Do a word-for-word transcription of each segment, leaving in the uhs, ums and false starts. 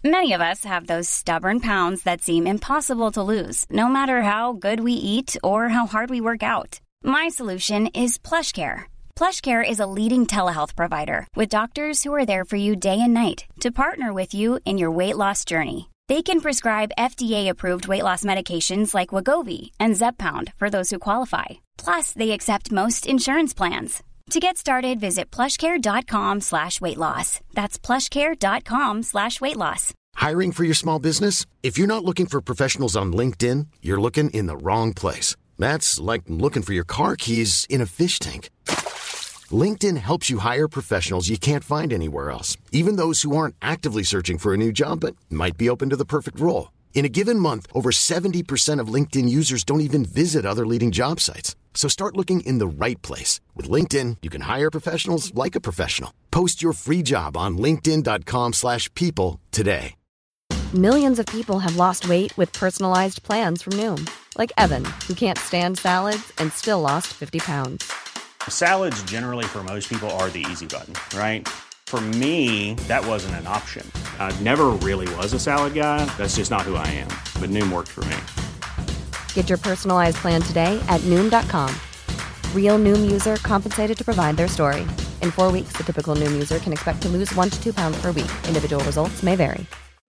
Many of us have those stubborn pounds that seem impossible to lose, no matter how good we eat or how hard we work out. My solution is PlushCare. PlushCare is a leading telehealth provider with doctors who are there for you day and night to partner with you in your weight loss journey. They can prescribe F D A-approved weight loss medications like Wegovy and Zepbound for those who qualify. Plus, they accept most insurance plans. To get started, visit plushcare.com slash weight loss. That's plushcare.com slash weight loss. Hiring for your small business? If you're not looking for professionals on LinkedIn, you're looking in the wrong place. That's like looking for your car keys in a fish tank. LinkedIn helps you hire professionals you can't find anywhere else, even those who aren't actively searching for a new job but might be open to the perfect role. In a given month, over seventy percent of LinkedIn users don't even visit other leading job sites. So start looking in the right place. With LinkedIn, you can hire professionals like a professional. Post your free job on linkedin.com slash people today. Millions of people have lost weight with personalized plans from Noom. Like Evan, who can't stand salads and still lost fifty pounds. Salads generally for most people are the easy button, right? For me, that wasn't an option. I never really was a salad guy. That's just not who I am. But Noom worked for me. Get your personalized plan today at noom dot com. Real Noom user compensated to provide their story. In four weeks, the typical Noom user can expect to lose one to two pounds per week. Individual results may vary.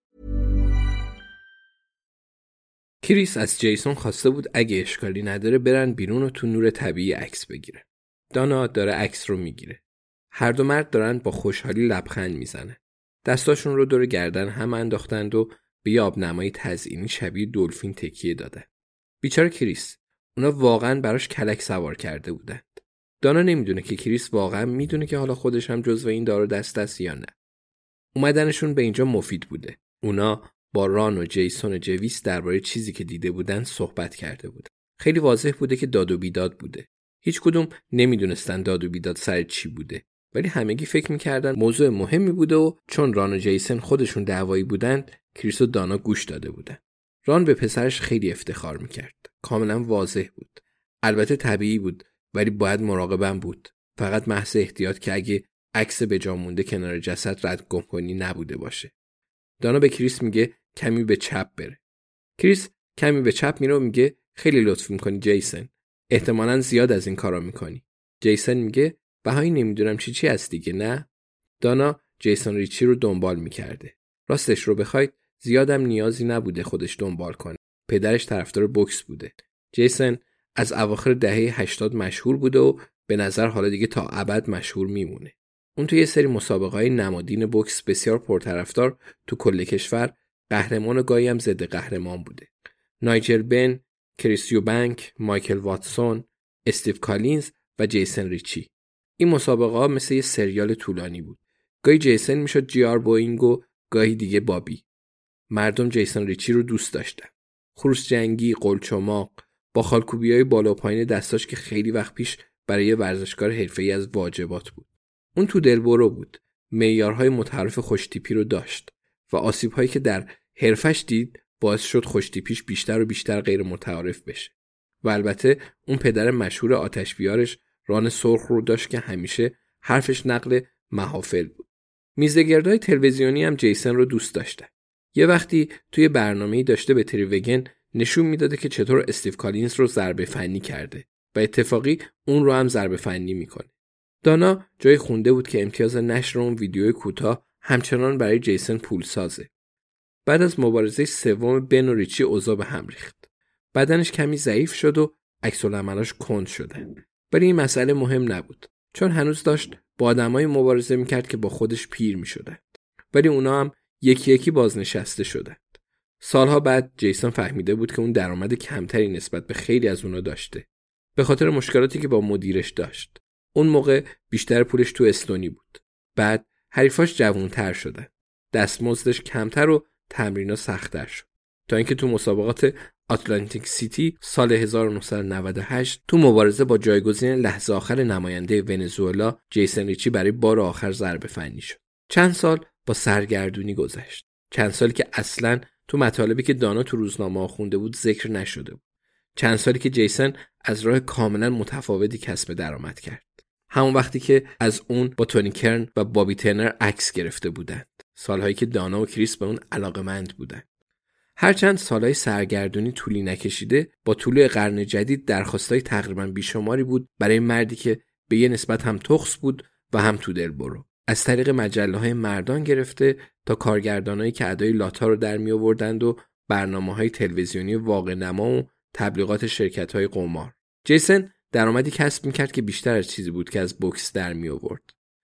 کریس از جیسون خواسته بود اگه اشکالی نداره برن بیرون و تو نور طبیعی عکس بگیره. دانا داره عکس رو میگیره. هر دو مرد دارن با خوشحالی لبخند میزنن. دستاشون رو دور گردن هم انداختند و به یه آبنمای تزئینی شبیه دلفین تکیه دادن. بیچاره کریس، اونا واقعا براش کلک سوار کرده بودند. دانا نمیدونه که کریس واقعا میدونه که حالا خودش هم جزو این دار و دست است یا نه. اومدنشون به اینجا مفید بوده. اونا با ران و جیسون و جویس درباره چیزی که دیده بودن صحبت کرده بودن. خیلی واضح بوده که داد و بیداد بوده. هیچ کدوم نمیدونستن داد و بیداد سر چی بوده، ولی همگی فکر میکردن موضوع مهمی بوده و چون ران و جیسون خودشون دعوایی بودند، کریس و دانا گوش داده بودن. ران به پسرش خیلی افتخار میکرد. کاملا واضح بود. البته طبیعی بود، ولی باید مراقبم بود. فقط محض احتیاط که اگه عکس به جا مونده کنار جسد رد گم کنی نبوده باشه. دانا به کریس میگه کمی به چپ بره. کریس کمی به چپ میره و میگه خیلی لطف میکنی جیسون. احتمالاً زیاد از این کارا میکنی. جیسون میگه بهایی نمیدونم چی چی هست دیگه نه؟ دانا جیسون ریچی رو دنبال میکرده. راستش رو بخواید زیادم نیازی نبوده خودش دنبال کنه. پدرش طرفدار بوکس بوده. جیسون از اواخر دهه هشتاد مشهور بوده و به نظر حالا دیگه تا ابد مشهور میمونه. اون توی یه سری مسابقه‌های نمادین بوکس بسیار پرطرفدار تو کل کشور قهرمان و گاهی هم ضد قهرمان بوده. نایجل بن، کریس یوبنک، مایکل واتسون، استیو کالینز و جیسون ریچی. این مسابقه ها مثل یه سریال طولانی بود. گاهی جیسون میشد جی آر بوینگ و گاهی دیگه بابی. مردم جیسون ریچی رو دوست داشتن. خروس جنگی، قلچماق، با خالکوبیای بالا و پایین دستاش که خیلی وقت پیش برای ورزشکار حرفه‌ای از واجبات بود. اون تو دلبرو بود. معیارهای متعارف خوشتیپی رو داشت و آسیب‌هایی که در حرفش دید باعث شد خوشتیپیش بیشتر و بیشتر غیر متعارف بشه. و البته اون پدر مشهور آتش بیارش ران سرخ رو داشت که همیشه حرفش نقل محافل بود. میزگردهای تلویزیونی هم جیسون رو دوست داشتن. یه وقتی توی برنامه‌ای داشته به تریوگن نشون میداده که چطور استیو کالینز رو ضربه فنی کرده و اتفاقی اون رو هم ضربه فنی میکنه. دانا جای خونده بود که امتیاز نشر اون ویدیوی کوتاه همچنان برای جیسون پول سازه. بعد از مبارزه سوم بن و ریچی اوضاع به هم ریخت. بدنش کمی ضعیف شد و عکس‌العملاش کند شدن. ولی این مسئله مهم نبود، چون هنوز داشت با آدمای مبارزه میکرد که با خودش پیر میشدن. ولی اونا هم یکی یکی بازنشسته شدند. سالها بعد جیسون فهمیده بود که اون درآمد کمتری نسبت به خیلی از اونا داشته. به خاطر مشکلاتی که با مدیرش داشت. اون موقع بیشتر پولش تو استونی بود. بعد حریفاش جوان‌تر شدن. دستمزدش کمتر و تمرینا سخت‌تر شد. تا اینکه تو مسابقات آتلانتیک سیتی سال هزار و نهصد و نود و هشت تو مبارزه با جایگزین لحظه آخر نماینده ونزوئلا جیسون ریچی برای بار آخر ضربه فنی شد. چند سال با سرگردونی گذشت. چند سالی که اصلاً تو مطالبی که دانا تو روزنامه‌ها خونده بود ذکر نشده بود. چند سالی که جیسون از راه کاملا متفاوتی کسب درآمد کرد. همون وقتی که از اون با تونی کرن و بابی ترنر عکس گرفته بودند. سالهایی که دانا و کریس به اون علاقه‌مند بودن. هرچند سالهای سرگردونی طولی نکشیده، با طلوع قرن جدید درخواستای تقریباً بیشماری بود برای مردی که به یه نسبت هم تخص بود و هم تو دل برو. از طریق مجله‌های مردان گرفته تا کارگردانایی که ادای لاتا رو در می آوردند و برنامه‌های تلویزیونی واقع‌نما و تبلیغات شرکت‌های قمار. جیسن درآمدی کسب می‌کرد که بیشتر از چیزی بود که از بوکس در می آورد.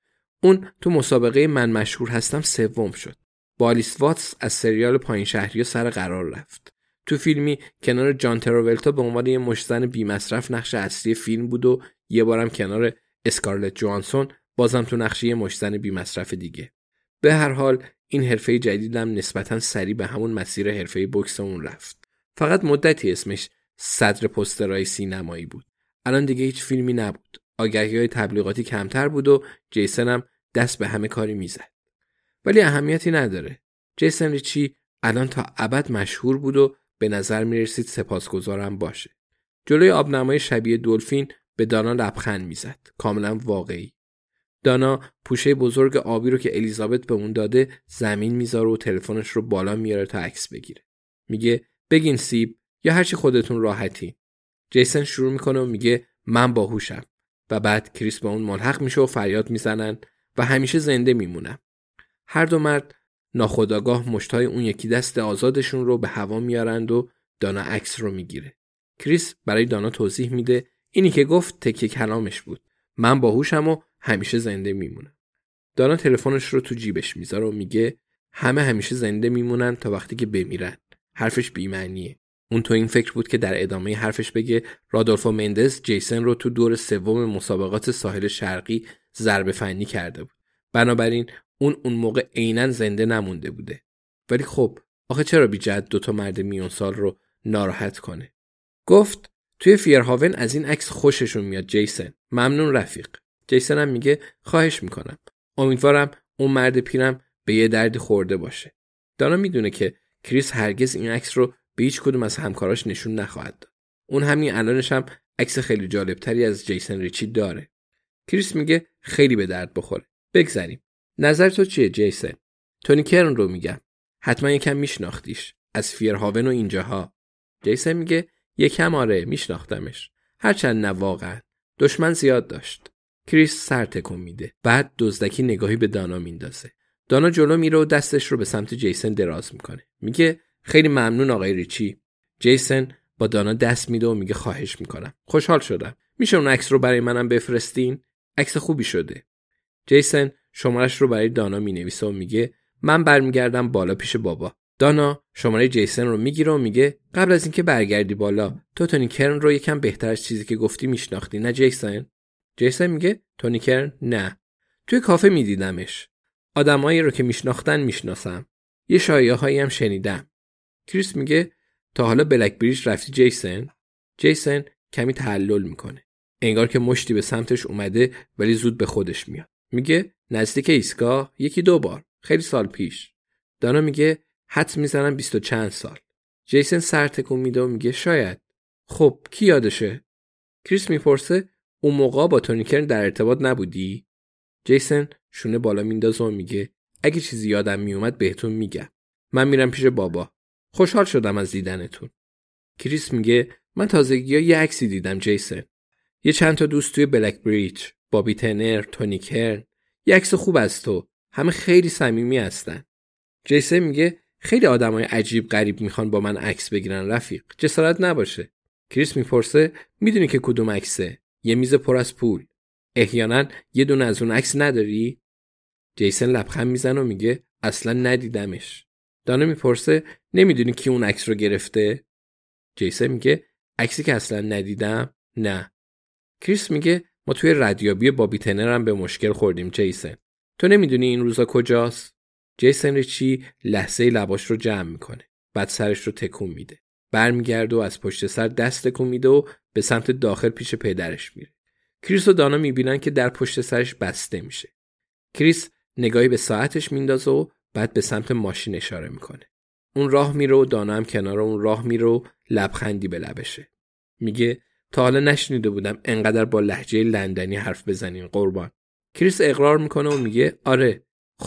اون تو مسابقه من مشهور هستم سوم شد. با آلیس واتس از سریال پایین شهریا سر قرار رفت. تو فیلمی کنار جان تراولتا به عنوان یه مشتزن بی‌مصرف نقش اصلی فیلم بود و یه بارم کنار اسکارلت جوانسون بازم تو نقش یه مشتزن بی‌مصرف دیگه. به هر حال این حرفه جدیدم نسبتاً سریع به همون مسیر حرفه بوکس اون رفت. فقط مدتی اسمش صدر پوسترهای سینمایی بود. الان دیگه هیچ فیلمی نبود. آگهی‌های تبلیغاتی کمتر بود و جیسن هم دست به همه کاری میزد. ولی اهمیتی نداره. جیسن ریچی الان تا ابد مشهور بود و به نظر میرسید سپاسگزارم باشه. جلوی آبنمای شبیه دلفین به دانا لبخند میزد. کاملا واقعی. دانا پوشه بزرگ آبی رو که الیزابت به اون داده زمین میذاره و تلفنش رو بالا میاره تا عکس بگیره. میگه بگین سیب یا هرچی خودتون راحتی. جیسن شروع میکنه و میگه من باهوشم و بعد کریس به اون ملحق میشه و فریاد میزنن و همیشه زنده میمونم. هر دو مرد ناخودآگاه مشتای اون یکی دست آزادشون رو به هوا میارند و دانا عکس رو میگیره. کریس برای دانا توضیح میده اینی که گفت تکیه کلامش بود. من باهوشم و همیشه زنده میمونم. دانا تلفنش رو تو جیبش میذاره و میگه همه همیشه زنده میمونن تا وقتی که بمیرن. حرفش بی‌معنیه. اون تو این فکر بود که در ادامه حرفش بگه رادولفو مندز جیسن رو تو دور سوم مسابقات ساحل شرقی ضربه فنی کرده بود. بنابراین اون اون موقع عیناً زنده نمونده بوده. ولی خب آخه چرا بی جهت دو تا مرد میون سال رو ناراحت کنه؟ گفت توی فیرهاون از این عکس خوششون میاد جیسن. ممنون رفیق. جیسن هم میگه خواهش میکنم. امیدوارم اون مرد پیرم به یه دردی خورده باشه. دانا میدونه که کریس هرگز این عکس رو به هیچ کدوم از همکاراش نشون نخواهد داد. اون همین الانش هم عکس خیلی جالبتری از جیسن ریچی داره. کریس میگه خیلی به درد بخوره. بگذریم. نظر تو چیه جیسن؟ تونی کرن رو میگم. حتما یکم میشناختیش. از فیرهاون و اینجاها. جیسن میگه یکم آره میشناختمش. هرچند نه واقعا. دشمن زیاد داشت. کریس سر تکون میده. بعد دزدکی نگاهی به دانا میندازه. دانا جلو میره و دستش رو به سمت جیسن دراز میکنه. میگه خیلی ممنون آقای ریچی. جیسن با دانا دست میده و میگه خواهش میکنم. خوشحال شدم. میشه اون عکس رو برای منم بفرستین؟ عکس خوبی شده. جیسن شمارش رو برای دانا مینویسه و میگه من برمیگردم بالا پیش بابا. دانا شماره جیسن رو میگیره و میگه قبل از اینکه برگردی بالا تو تونی کرن رو یکم بهتر از چیزی که گفتی میشناختی نه جیسن؟ جیسن میگه تونی کرن نه. توی کافه میدیدمش. آدمایی رو که میشناختن میشناسم. یه شایعه‌هایی هم شنیدم. کریس میگه تا حالا بلک بریج رفتی جیسن؟ جیسن کمی تعلل میکنه. انگار که مشتی به سمتش اومده ولی زود به خودش میاد. میگه نزدیک ایستگاه یکی دو بار. خیلی سال پیش. دانا میگه حدس میزنم بیست و چند سال. جیسن سر تکون میده و میگه شاید. خب کی یادشه؟ کریس میپرسه اون موقع با تونی کرن در ارتباط نبودی؟ جیسن شونه بالا میندازه و میگه اگه چیزی یادم میومد بهتون میگم. من میرم پیش بابا. خوشحال شدم از دیدنتون. کریس میگه من تازگی‌ها یه عکسی دیدم جیسن. یه چند تا دوست توی بلک بریج، بابی تنر، تونی کرن. یه عکس خوب از تو. همه خیلی صمیمی هستن. جیسن میگه خیلی آدمای عجیب غریب میخوان با من عکس بگیرن رفیق. جسارت نباشه. کریس میپرسه میدونی که کدوم عکسه؟ یه میز پر از پول. احیانا یه دونه از اون عکس نداری؟ جیسن لبخند میزنه و میگه اصلا ندیدمش. دانا میپرسه نمیدونی کی اون عکس رو گرفته؟ جیسن میگه عکسی که اصلا ندیدم؟ نه. کریس میگه ما توی ردیابی بابی تنر هم به مشکل خوردیم جیسن. تو نمیدونی این روزا کجاست؟ جیسن ریچی لحظه لباش رو جمع میکنه. بعد سرش رو تکون میده. برمیگرده و از پشت سر دست تکون میده و به سمت داخل پیش پدرش میره. کریس و دانا میبینن که در پشت سرش بسته میشه. کریس نگاهی به ساعتش میندازه و بعد به سمت ماشین اشاره میکنه. اون راه میره و دانا هم کنار اون راه میره و لبخندی به لبشه. میگه تا حالا نشنیده بودم انقدر با لهجه لندنی حرف بزنین قربان. کریس اقرار میکنه و میگه آره. خب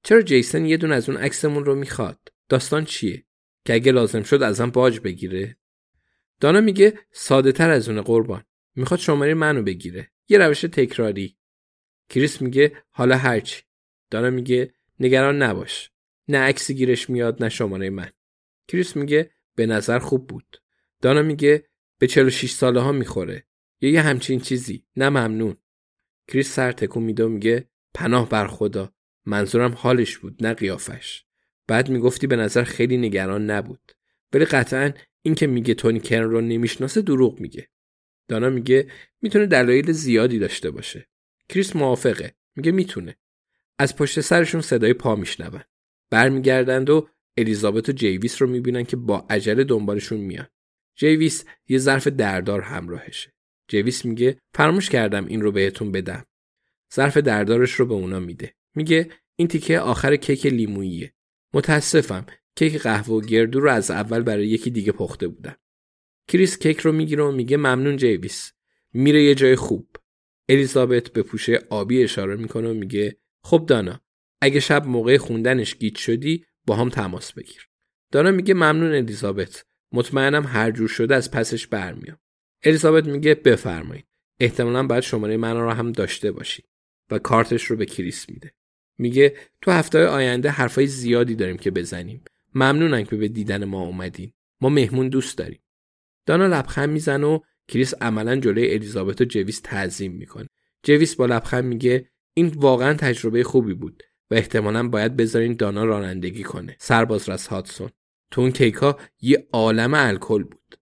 چرا جیسن یه دونه از اون عکسمون رو میخواد؟ داستان چیه؟ که اگه لازم شد ازم باج بگیره؟ دانا میگه ساده تر از اون قربان. میخواد شماره منو بگیره. یه روش تکراری. کریس میگه حالا هرچی. دانا میگه نگران نباش. نه عکسی گیرش میاد نه شماره من. کریس میگه به نظر خوب بود. دانا میگه به چهل و شش ساله ها میخوره. یا یه همچین چیزی. نه ممنون. کریس سر تکون میده و میگه پناه بر خدا. منظورم حالش بود نه قیافش. بعد میگفتی به نظر خیلی نگران نبود. ولی قطعاً این که میگه تونی کرن رو نمیشناسه دروغ میگه. دانا میگه میتونه دلایل زیادی داشته باشه. کریس موافقه. میگه میتونه. از پشت سرشون صدای پا میشنون. برمیگردند و الیزابت و جیویس رو میبینن که با عجله دنبالشون میان. جیویس یه ظرف دردار همراهشه. جیویس میگه فراموش کردم این رو بهتون بدم. ظرف دردارش رو به اونا میده. میگه این تیکه آخر کیک لیموییه. متاسفم کیک قهوه و گردو رو از اول برای یکی دیگه پخته بودم. کریس کیک رو میگیره و میگه ممنون جیویس. میره یه جای خوب. الیزابت به پوشه آبی اشاره میکنه و میگه خب دانا اگه شب موقع خوندنش گیج شدی با هم تماس بگیر. دانا میگه ممنون الیزابت. مطمئنم هر جور شده از پسش برمیام. الیزابت میگه بفرمایید. احتمالاً باید شماره من رو هم داشته باشی. و کارتش رو به کریس میده. میگه تو هفته‌های آینده حرفای زیادی داریم که بزنیم. ممنونم که به دیدن ما اومدین. ما مهمون دوست داریم. دانا لبخند میزنه و کریس عملاً جلوی الیزابت و جیویس تعظیم میکنه. جیویس با لبخند میگه این واقعاً تجربه خوبی بود و احتمالاً باید بذارین دانا رانندگی کنه. سرباز راس هاتسون. تو اون کیکا یه عالمه الکل بود.